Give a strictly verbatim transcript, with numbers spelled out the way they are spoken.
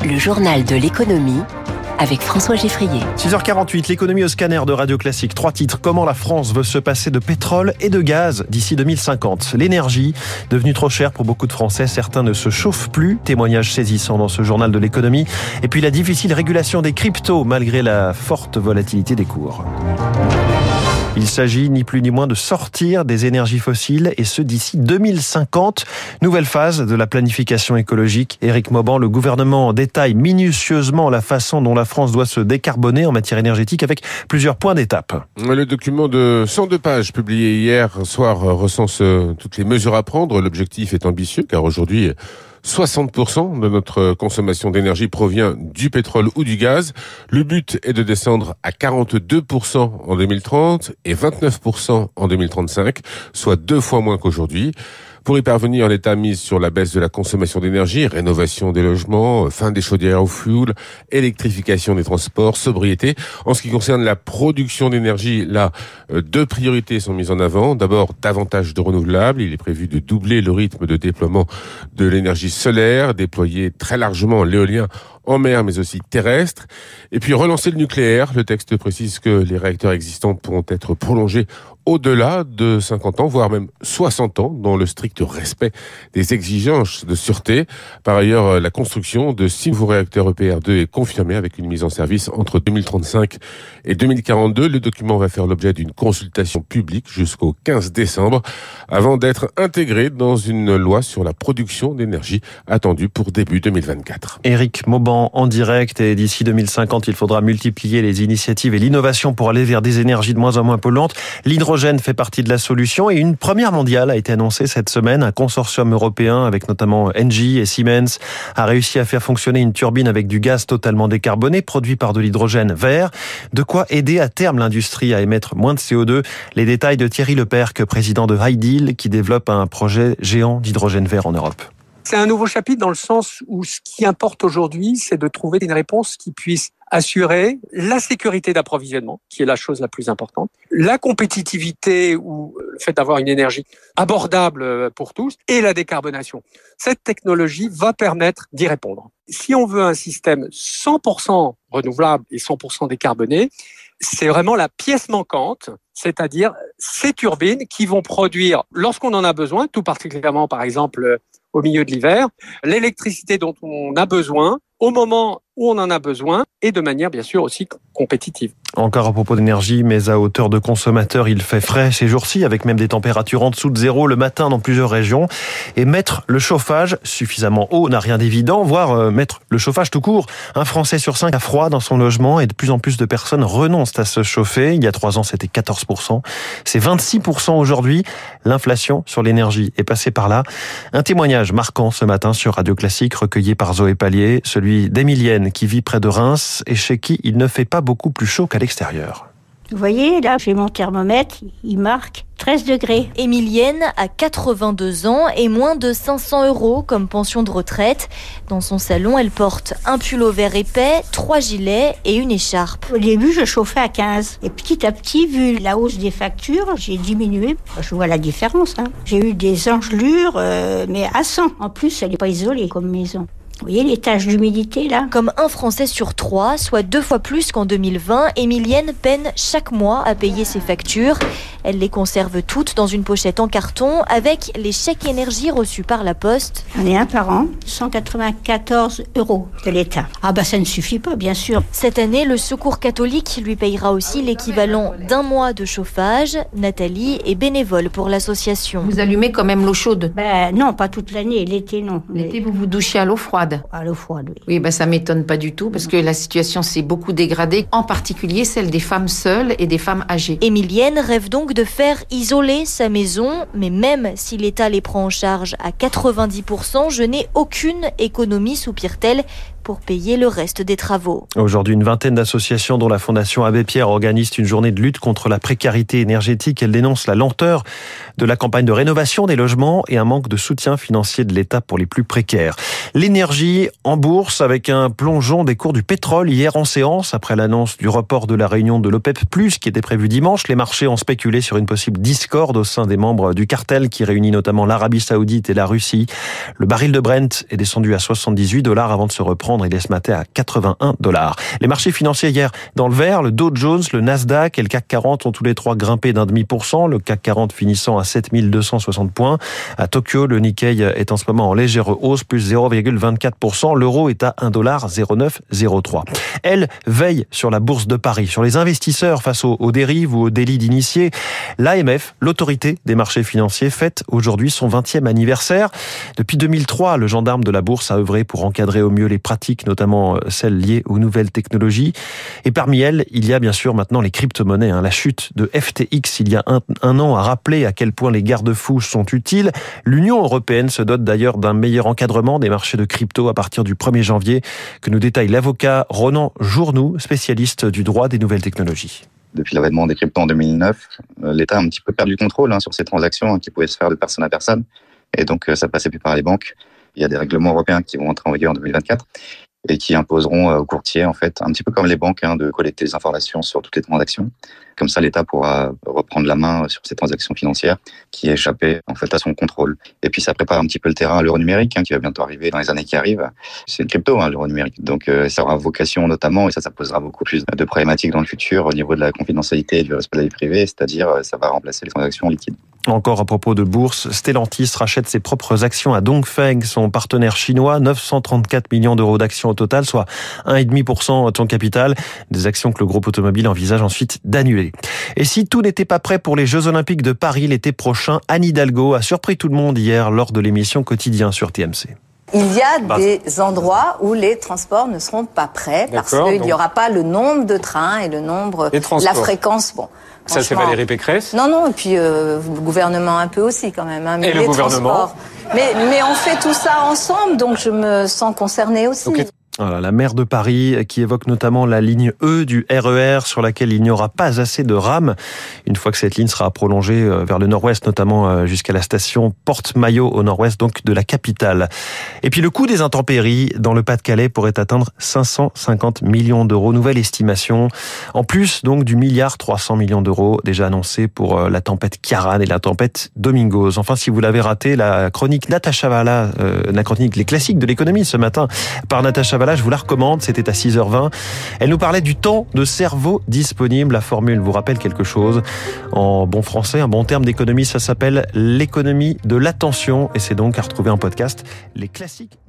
Le journal de l'économie avec François Geffrier. six heures quarante-huit, l'économie au scanner de Radio Classique. Trois titres. Comment la France veut se passer de pétrole et de gaz d'ici deux mille cinquante. L'énergie, devenue trop chère pour beaucoup de Français. Certains ne se chauffent plus. Témoignage saisissant dans ce journal de l'économie. Et puis la difficile régulation des cryptos malgré la forte volatilité des cours. Il s'agit ni plus ni moins de sortir des énergies fossiles et ce d'ici deux mille cinquante. Nouvelle phase de la planification écologique. Éric Mauban, le gouvernement détaille minutieusement la façon dont la France doit se décarboner en matière énergétique avec plusieurs points d'étape. Le document de cent deux pages publié hier soir recense toutes les mesures à prendre. L'objectif est ambitieux car aujourd'hui, soixante pour cent de notre consommation d'énergie provient du pétrole ou du gaz. Le but est de descendre à quarante-deux pour cent en deux mille trente et vingt-neuf pour cent en deux mille trente-cinq, soit deux fois moins qu'aujourd'hui. Pour y parvenir, l'État mise sur la baisse de la consommation d'énergie, rénovation des logements, fin des chaudières au fioul, électrification des transports, sobriété. En ce qui concerne la production d'énergie, là, deux priorités sont mises en avant. D'abord, davantage de renouvelables. Il est prévu de doubler le rythme de déploiement de l'énergie solaire, déployer très largement l'éolien en mer, mais aussi terrestre. Et puis relancer le nucléaire. Le texte précise que les réacteurs existants pourront être prolongés au-delà de cinquante ans, voire même soixante ans, dans le strict respect des exigences de sûreté. Par ailleurs, la construction de six nouveaux réacteurs E P R deux est confirmée avec une mise en service entre deux mille trente-cinq et deux mille quarante-deux. Le document va faire l'objet d'une consultation publique jusqu'au quinze décembre, avant d'être intégré dans une loi sur la production d'énergie attendue pour début deux mille vingt-quatre. Éric Mauban en direct, et d'ici deux mille cinquante, il faudra multiplier les initiatives et l'innovation pour aller vers des énergies de moins en moins polluantes. L'hydrogène fait partie de la solution et une première mondiale a été annoncée cette semaine. Un consortium européen avec notamment Engie et Siemens a réussi à faire fonctionner une turbine avec du gaz totalement décarboné produit par de l'hydrogène vert. De quoi aider à terme l'industrie à émettre moins de C O deux. Les détails de Thierry Lepercq, président de Hydeal, qui développe un projet géant d'hydrogène vert en Europe. C'est un nouveau chapitre dans le sens où ce qui importe aujourd'hui, c'est de trouver une réponse qui puisse assurer la sécurité d'approvisionnement, qui est la chose la plus importante, la compétitivité ou le fait d'avoir une énergie abordable pour tous et la décarbonation. Cette technologie va permettre d'y répondre. Si on veut un système cent pour cent renouvelable et cent pour cent décarboné, c'est vraiment la pièce manquante, c'est-à-dire ces turbines qui vont produire, lorsqu'on en a besoin, tout particulièrement par exemple au milieu de l'hiver, l'électricité dont on a besoin au moment où on en a besoin et de manière bien sûr aussi compétitive. Encore à propos d'énergie, mais à hauteur de consommateur, il fait frais ces jours-ci, avec même des températures en dessous de zéro le matin dans plusieurs régions. Et mettre le chauffage suffisamment haut n'a rien d'évident, voire euh, mettre le chauffage tout court. Un Français sur cinq a froid dans son logement et de plus en plus de personnes renoncent à se chauffer. Il y a trois ans, c'était quatorze pour cent. C'est vingt-six pour cent aujourd'hui. L'inflation sur l'énergie est passée par là. Un témoignage marquant ce matin sur Radio Classique, recueilli par Zoé Pallier, celui d'Emilienne qui vit près de Reims et chez qui il ne fait pas beaucoup plus chaud qu'à l'extérieur. Vous voyez, là, j'ai mon thermomètre, il marque treize degrés. Emilienne a quatre-vingt-deux ans et moins de cinq cents euros comme pension de retraite. Dans son salon, elle porte un pull vert épais, trois gilets et une écharpe. Au début, je chauffais à quinze. Et petit à petit, vu la hausse des factures, j'ai diminué. Je vois la différence. Hein. J'ai eu des engelures, euh, mais à cent. En plus, elle n'est pas isolée comme maison. Vous voyez les taches d'humidité là ? Comme un Français sur trois, soit deux fois plus qu'en deux mille vingt, Emilienne peine chaque mois à payer ses factures. Elle les conserve toutes dans une pochette en carton avec les chèques énergie reçus par la Poste. J'en ai un par an, cent quatre-vingt-quatorze euros de l'État. Ah bah ça ne suffit pas, bien sûr. Cette année, le Secours catholique lui payera aussi l'équivalent d'un mois de chauffage. Nathalie est bénévole pour l'association. Vous allumez quand même l'eau chaude ? Ben non, pas toute l'année, l'été non. L'été, vous vous douchez à l'eau froide ? À l'eau froide, oui. Oui, bah ça m'étonne pas du tout parce que la situation s'est beaucoup dégradée, en particulier celle des femmes seules et des femmes âgées. Emilienne rêve donc de faire isoler sa maison, mais même si l'État les prend en charge à quatre-vingt-dix pour cent, je n'ai aucune économie, soupire-t-elle, pour payer le reste des travaux. Aujourd'hui, une vingtaine d'associations dont la Fondation Abbé Pierre organise une journée de lutte contre la précarité énergétique. Elle dénonce la lenteur de la campagne de rénovation des logements et un manque de soutien financier de l'État pour les plus précaires. L'énergie en bourse avec un plongeon des cours du pétrole hier en séance après l'annonce du report de la réunion de l'OPEP plus, qui était prévue dimanche. Les marchés ont spéculé sur une possible discorde au sein des membres du cartel qui réunit notamment l'Arabie Saoudite et la Russie. Le baril de Brent est descendu à soixante-dix-huit dollars avant de se reprendre vendre. Il est ce matin à quatre-vingt-un dollars. Les marchés financiers hier dans le vert, le Dow Jones, le Nasdaq et le C A C quarante ont tous les trois grimpé d'un demi pour cent. Le C A C quarante finissant à sept mille deux cent soixante points. À Tokyo, le Nikkei est en ce moment en légère hausse, plus zéro virgule vingt-quatre pour cent. L'euro est à un dollar zéro neuf zéro trois. Elle veille sur la bourse de Paris, sur les investisseurs face aux, aux dérives ou aux délits d'initiés. L'A M F, l'autorité des marchés financiers, fête aujourd'hui son vingtième anniversaire. Depuis deux mille trois, le gendarme de la bourse a œuvré pour encadrer au mieux les pratiques, notamment celles liées aux nouvelles technologies. Et parmi elles, il y a bien sûr maintenant les crypto-monnaies. La chute de F T X il y a un, un an a rappelé à quel point les garde-fous sont utiles. L'Union européenne se dote d'ailleurs d'un meilleur encadrement des marchés de crypto à partir du premier janvier, que nous détaille l'avocat Ronan Journoux, spécialiste du droit des nouvelles technologies. Depuis l'avènement des cryptos en deux mille neuf, l'État a un petit peu perdu le contrôle hein, sur ces transactions hein, qui pouvaient se faire de personne à personne. Et donc, ça passait plus par les banques. Il y a des règlements européens qui vont entrer en vigueur en deux mille vingt-quatre et qui imposeront aux courtiers, en fait, un petit peu comme les banques, hein, de collecter des informations sur toutes les transactions. Comme ça, l'État pourra reprendre la main sur ces transactions financières qui échappaient, en fait, à son contrôle. Et puis, ça prépare un petit peu le terrain à l'euro numérique, hein, qui va bientôt arriver dans les années qui arrivent. C'est une crypto, hein, l'euro numérique. Donc, euh, ça aura vocation, notamment, et ça, ça posera beaucoup plus de problématiques dans le futur au niveau de la confidentialité et du respect de la vie privée, c'est-à-dire, ça va remplacer les transactions liquides. Encore à propos de bourse, Stellantis rachète ses propres actions à Dongfeng, son partenaire chinois, neuf cent trente-quatre millions d'euros d'actions au total, soit un virgule cinq pour cent de son capital, des actions que le groupe automobile envisage ensuite d'annuler. Et si tout n'était pas prêt pour les Jeux Olympiques de Paris l'été prochain, Anne Hidalgo a surpris tout le monde hier lors de l'émission Quotidien sur T M C. Il y a des endroits où les transports ne seront pas prêts parce qu'il n'y aura pas le nombre de trains et le nombre, la fréquence. Bon, ça, c'est Valérie Pécresse. Non, non, et puis euh, le gouvernement un peu aussi quand même. Hein, mais et le gouvernement. Mais, mais on fait tout ça ensemble, donc je me sens concernée aussi. Okay. Voilà, la maire de Paris qui évoque notamment la ligne E du R E R sur laquelle il n'y aura pas assez de rames une fois que cette ligne sera prolongée vers le nord-ouest, notamment jusqu'à la station Porte-Maillot au nord-ouest donc de la capitale. Et puis le coût des intempéries dans le Pas-de-Calais pourrait atteindre cinq cent cinquante millions d'euros, nouvelle estimation. En plus donc du milliard trois cents millions d'euros déjà annoncé pour la tempête Ciaran et la tempête Domingos. Enfin, si vous l'avez raté, la chronique Natacha Valla, euh, la chronique Les Classiques de l'économie ce matin par Natacha Valla, je vous la recommande, c'était à six heures vingt. Elle nous parlait du temps de cerveau disponible. La formule vous rappelle quelque chose. En bon français, un bon terme d'économie, ça s'appelle l'économie de l'attention. Et c'est donc à retrouver en podcast Les Classiques.